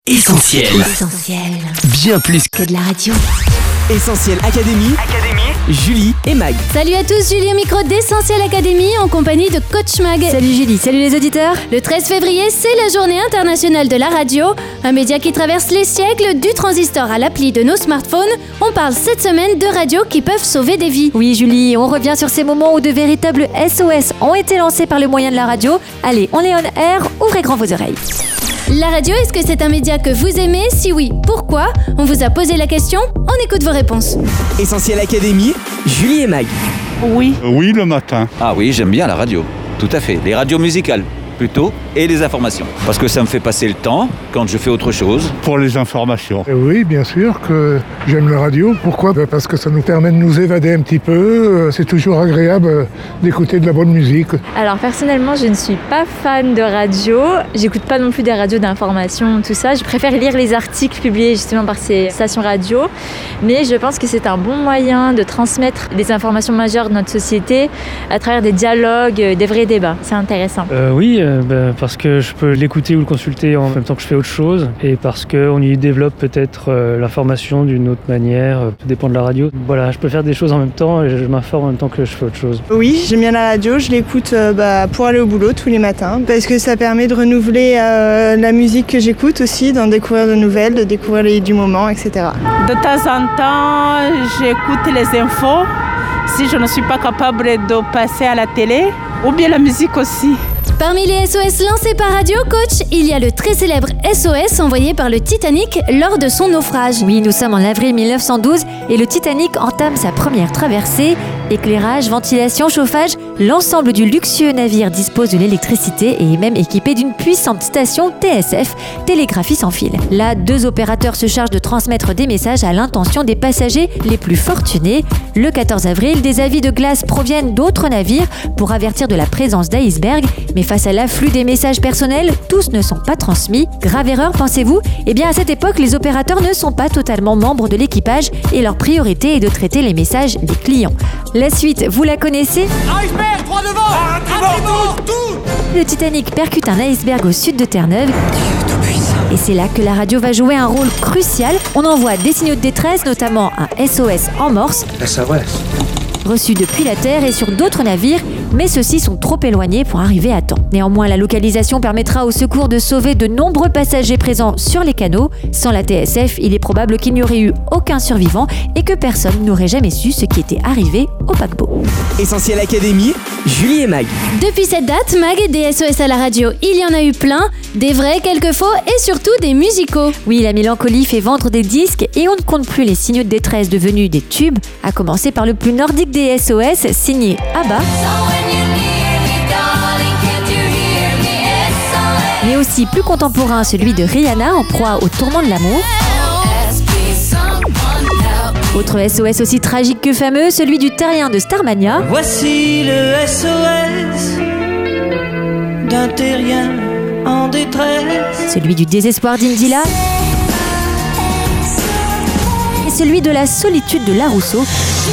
Essentiel. Bien plus que de la radio. Essentiel Académie, Julie et Mag. Salut à tous, Julie au micro d'Essentiel Académie en compagnie de Coach Mag. Salut Julie, salut les auditeurs. Le 13 février, c'est la journée internationale de la radio, un média qui traverse les siècles, du transistor à l'appli de nos smartphones. On parle cette semaine de radios qui peuvent sauver des vies. Oui Julie, on revient sur ces moments où de véritables SOS ont été lancés par le moyen de la radio. Allez, on est on air, ouvrez grand vos oreilles. La radio, est-ce que c'est un média que vous aimez? Si oui, pourquoi? On vous a posé la question, on écoute vos réponses. Essentiel Académie, Julie et Mag. Oui, le matin. Ah oui, j'aime bien la radio, tout à fait. Les radios musicales, plutôt, et les informations. Parce que ça me fait passer le temps quand je fais autre chose. Pour les informations. Oui, bien sûr que j'aime la radio. Pourquoi ? Parce que ça nous permet de nous évader un petit peu. C'est toujours agréable d'écouter de la bonne musique. Alors personnellement, je ne suis pas fan de radio. J'écoute pas non plus des radios d'information, tout ça. Je préfère lire les articles publiés justement par ces stations radio. Mais je pense que c'est un bon moyen de transmettre des informations majeures de notre société à travers des dialogues, des vrais débats. C'est intéressant. Parce que je peux l'écouter ou le consulter en même temps que je fais autre chose et parce qu'on y développe peut-être l'information d'une autre manière, tout dépend de la radio. Voilà, je peux faire des choses en même temps et je m'informe en même temps que je fais autre chose. Oui, j'aime bien la radio, je l'écoute pour aller au boulot tous les matins parce que ça permet de renouveler la musique que j'écoute aussi, d'en découvrir de nouvelles, de découvrir les du moment, etc. de temps en temps, j'écoute les infos si je ne suis pas capable de passer à la télé ou bien la musique aussi. Parmi les SOS lancés par Radio Coach, il y a le très célèbre SOS envoyé par le Titanic lors de son naufrage. Oui, nous sommes en avril 1912 et le Titanic entame sa première traversée. Éclairage, ventilation, chauffage, l'ensemble du luxueux navire dispose de l'électricité et est même équipé d'une puissante station TSF, télégraphie sans fil. Là, 2 opérateurs se chargent de transmettre des messages à l'intention des passagers les plus fortunés. Le 14 avril, des avis de glace proviennent d'autres navires pour avertir de la présence d'icebergs, mais face à l'afflux des messages personnels, tous ne sont pas transmis. Grave erreur, pensez-vous ? Eh bien, à cette époque, les opérateurs ne sont pas totalement membres de l'équipage et leur priorité est de traiter les messages des clients. La suite, vous la connaissez ? Iceberg, droit devant, Le Titanic percute un iceberg au sud de Terre-Neuve. Et c'est là que la radio va jouer un rôle crucial. On envoie des signaux de détresse, notamment un SOS en morse. SOS. Reçus depuis la Terre et sur d'autres navires, mais ceux-ci sont trop éloignés pour arriver à temps. Néanmoins, la localisation permettra au secours de sauver de nombreux passagers présents sur les canaux. Sans la TSF, il est probable qu'il n'y aurait eu aucun survivant et que personne n'aurait jamais su ce qui était arrivé au paquebot. Essentiel Académie, Julie et Mag. Depuis cette date, Mag, des SOS à la radio, il y en a eu plein, des vrais, quelques faux et surtout des musicaux. Oui, la mélancolie fait vendre des disques et on ne compte plus les signaux de détresse devenus des tubes, à commencer par le plus nordique des SOS, signé ABBA. Mais aussi plus contemporain, celui de Rihanna en proie au tourment de l'amour. Autre SOS aussi tragique que fameux, celui du terrien de Starmania. Voici le SOS d'un terrien en détresse. Celui du désespoir d'Indila. Et celui de la solitude de Larousseau.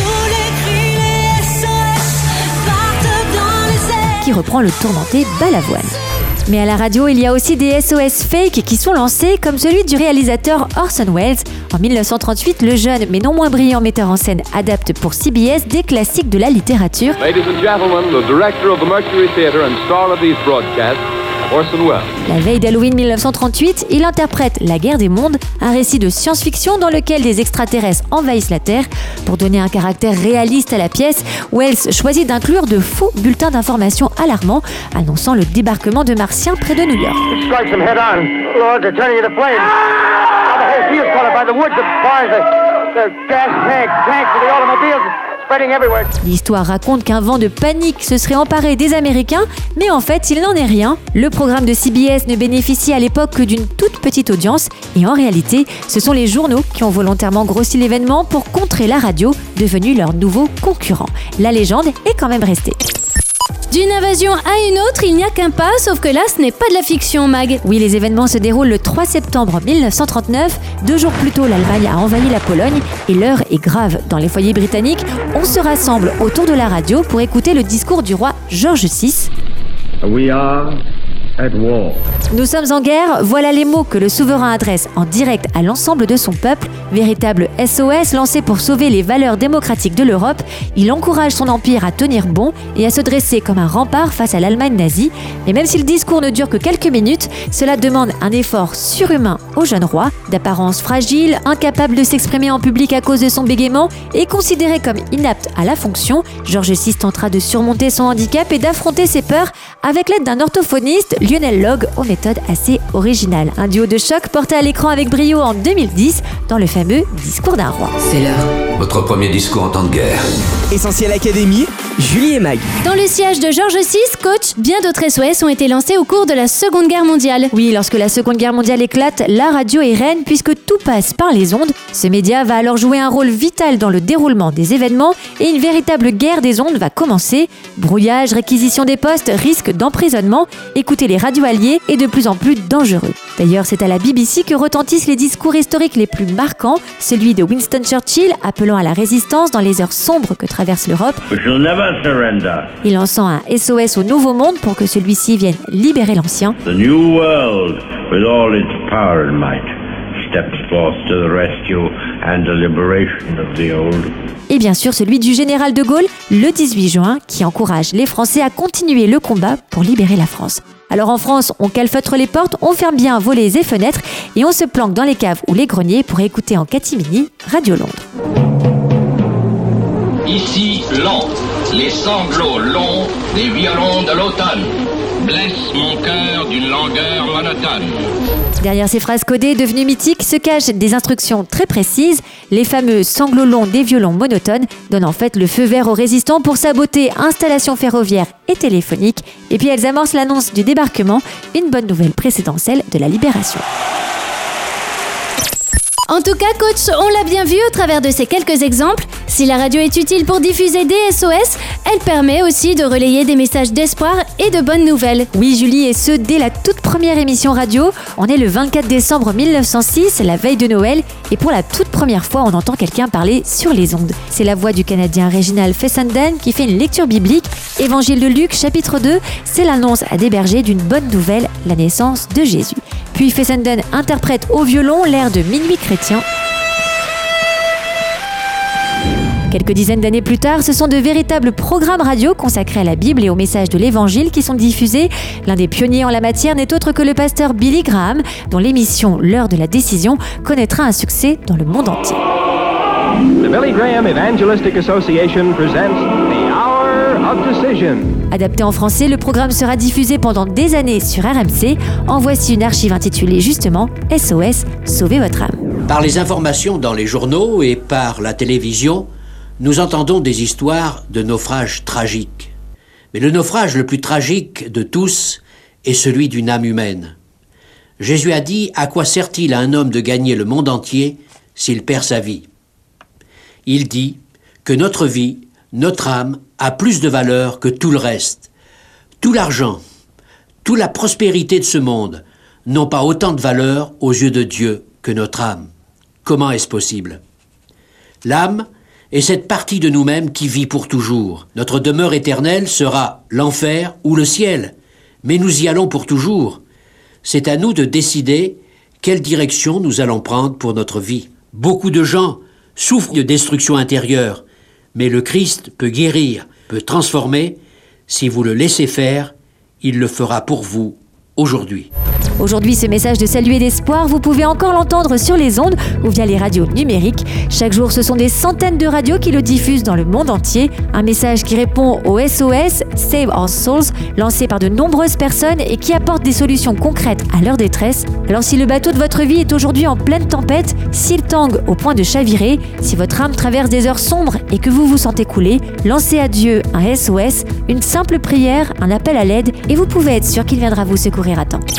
Qui reprend le tourmenté Balavoine. Mais à la radio, il y a aussi des SOS fake qui sont lancés, comme celui du réalisateur Orson Welles. En 1938, le jeune mais non moins brillant metteur en scène adapte pour CBS des classiques de la littérature. Ladies and gentlemen, the director of the Mercury Theatre and star of these broadcasts, Orson Welles. La veille d'Halloween 1938, il interprète La Guerre des mondes, un récit de science-fiction dans lequel des extraterrestres envahissent la Terre. Pour donner un caractère réaliste à la pièce, Welles choisit d'inclure de faux bulletins d'information alarmants, annonçant le débarquement de Martiens près de New York. L'histoire raconte qu'un vent de panique se serait emparé des Américains, mais en fait, il n'en est rien. Le programme de CBS ne bénéficie à l'époque que d'une toute petite audience, et en réalité, ce sont les journaux qui ont volontairement grossi l'événement pour contrer la radio, devenue leur nouveau concurrent. La légende est quand même restée. D'une invasion à une autre, il n'y a qu'un pas, sauf que là, ce n'est pas de la fiction, Mag. Oui, les événements se déroulent le 3 septembre 1939. 2 jours plus tôt, l'Allemagne a envahi la Pologne et l'heure est grave. Dans les foyers britanniques, on se rassemble autour de la radio pour écouter le discours du roi George VI. We are at war. Nous sommes en guerre, voilà les mots que le souverain adresse en direct à l'ensemble de son peuple. Véritable SOS lancé pour sauver les valeurs démocratiques de l'Europe, il encourage son empire à tenir bon et à se dresser comme un rempart face à l'Allemagne nazie. Mais même si le discours ne dure que quelques minutes, cela demande un effort surhumain au jeune roi. D'apparence fragile, incapable de s'exprimer en public à cause de son bégaiement et considéré comme inapte à la fonction, George VI tentera de surmonter son handicap et d'affronter ses peurs avec l'aide d'un orthophoniste, Lionel Logg, aux méthodes assez originales. Un duo de choc porté à l'écran avec brio en 2010 dans le fameux Discours d'un roi. C'est l'heure. Votre premier discours en temps de guerre. Essentiel Académie, Julie et Mag. Dans le siège de George VI, coach, bien d'autres SOS ont été lancés au cours de la Seconde Guerre mondiale. Oui, lorsque la Seconde Guerre mondiale éclate, la radio est reine puisque tout passe par les ondes. Ce média va alors jouer un rôle vital dans le déroulement des événements et une véritable guerre des ondes va commencer. Brouillage, réquisition des postes, risque d'emprisonnement. Écouter les radios alliées est de plus en plus dangereux. D'ailleurs, c'est à la BBC que retentissent les discours historiques les plus marquants, celui de Winston Churchill appelant à la résistance dans les heures sombres que traverse l'Europe. We shall never surrender. Il lançant un SOS au Nouveau Monde pour que celui-ci vienne libérer l'ancien. The new world, with all its power and might, steps forth to the rescue and the liberation of the old. Et bien sûr celui du général de Gaulle, le 18 juin, qui encourage les Français à continuer le combat pour libérer la France. Alors en France, on calfeutre les portes, on ferme bien volets et fenêtres et on se planque dans les caves ou les greniers pour écouter en catimini Radio Londres. Ici Londres, les sanglots longs des violons de l'automne blessent mon cœur d'une langueur monotone. Derrière ces phrases codées devenues mythiques se cachent des instructions très précises. Les fameux sanglots longs des violons monotones donnent en fait le feu vert aux résistants pour saboter installations ferroviaires et téléphoniques. Et puis elles amorcent l'annonce du débarquement, une bonne nouvelle précédant celle de la libération. En tout cas, coach, on l'a bien vu au travers de ces quelques exemples. Si la radio est utile pour diffuser des SOS, elle permet aussi de relayer des messages d'espoir et de bonnes nouvelles. Oui, Julie, et ce, dès la toute première émission radio. On est le 24 décembre 1906, la veille de Noël, et pour la toute première fois, on entend quelqu'un parler sur les ondes. C'est la voix du Canadien Reginald Fessenden qui fait une lecture biblique. Évangile de Luc, chapitre 2, c'est l'annonce à des bergers d'une bonne nouvelle, la naissance de Jésus. Puis Fessenden interprète au violon l'air de Minuit chrétien. Quelques dizaines d'années plus tard, ce sont de véritables programmes radio consacrés à la Bible et au message de l'Évangile qui sont diffusés. L'un des pionniers en la matière n'est autre que le pasteur Billy Graham, dont l'émission L'heure de la décision connaîtra un succès dans le monde entier. The Billy Graham Evangelistic Association presents The Hour of Decision. Adapté en français, le programme sera diffusé pendant des années sur RMC. En voici une archive intitulée justement SOS, sauvez votre âme. Par les informations dans les journaux et par la télévision, nous entendons des histoires de naufrages tragiques. Mais le naufrage le plus tragique de tous est celui d'une âme humaine. Jésus a dit « À quoi sert-il à un homme de gagner le monde entier s'il perd sa vie ?» Il dit que notre vie, notre âme, a plus de valeur que tout le reste. Tout l'argent, toute la prospérité de ce monde n'ont pas autant de valeur aux yeux de Dieu que notre âme. Comment est-ce possible? L'âme est cette partie de nous-mêmes qui vit pour toujours. Notre demeure éternelle sera l'enfer ou le ciel, mais nous y allons pour toujours. C'est à nous de décider quelle direction nous allons prendre pour notre vie. Beaucoup de gens souffrent de destruction intérieure, mais le Christ peut guérir, peut transformer. Si vous le laissez faire, il le fera pour vous aujourd'hui. Aujourd'hui, ce message de salut et d'espoir, vous pouvez encore l'entendre sur les ondes ou via les radios numériques. Chaque jour, ce sont des centaines de radios qui le diffusent dans le monde entier. Un message qui répond au SOS, Save Our Souls, lancé par de nombreuses personnes et qui apporte des solutions concrètes à leur détresse. Alors si le bateau de votre vie est aujourd'hui en pleine tempête, s'il tangue au point de chavirer, si votre âme traverse des heures sombres et que vous vous sentez couler, lancez à Dieu un SOS, une simple prière, un appel à l'aide et vous pouvez être sûr qu'il viendra vous secourir à temps.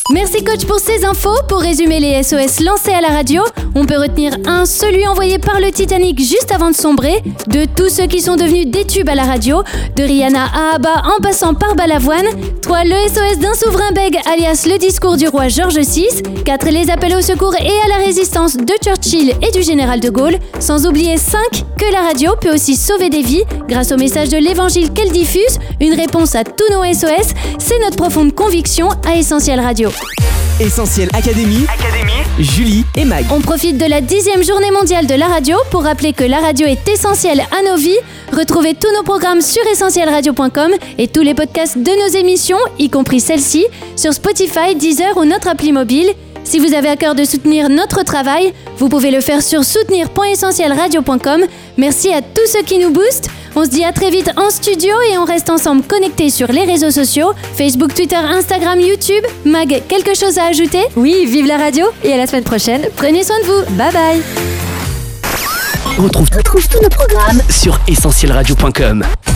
Merci coach pour ces infos. Pour résumer les SOS lancés à la radio, on peut retenir 1, celui envoyé par le Titanic juste avant de sombrer, 2, tous ceux qui sont devenus des tubes à la radio, de Rihanna à Abba en passant par Balavoine, 3, le SOS d'un souverain bègue alias le discours du roi George VI, 4, les appels au secours et à la résistance de Churchill et du général de Gaulle, sans oublier 5, que la radio peut aussi sauver des vies grâce au message de l'évangile qu'elle diffuse, une réponse à tous nos SOS, c'est notre profonde conviction à Essentiel Radio. Essentiel Académie, Julie et Mag. On profite de la 10e journée mondiale de la radio pour rappeler que la radio est essentielle à nos vies. Retrouvez tous nos programmes sur essentielradio.com et tous les podcasts de nos émissions, y compris celle-ci, sur Spotify, Deezer ou notre appli mobile. Si vous avez à cœur de soutenir notre travail, vous pouvez le faire sur soutenir.essentielradio.com. Merci à tous ceux qui nous boostent. On se dit à très vite en studio et on reste ensemble connectés sur les réseaux sociaux, Facebook, Twitter, Instagram, YouTube. Mag, quelque chose à ajouter ? Oui, vive la radio et à la semaine prochaine. Prenez soin de vous. Bye bye. On retrouve tous nos programmes sur essentielradio.com.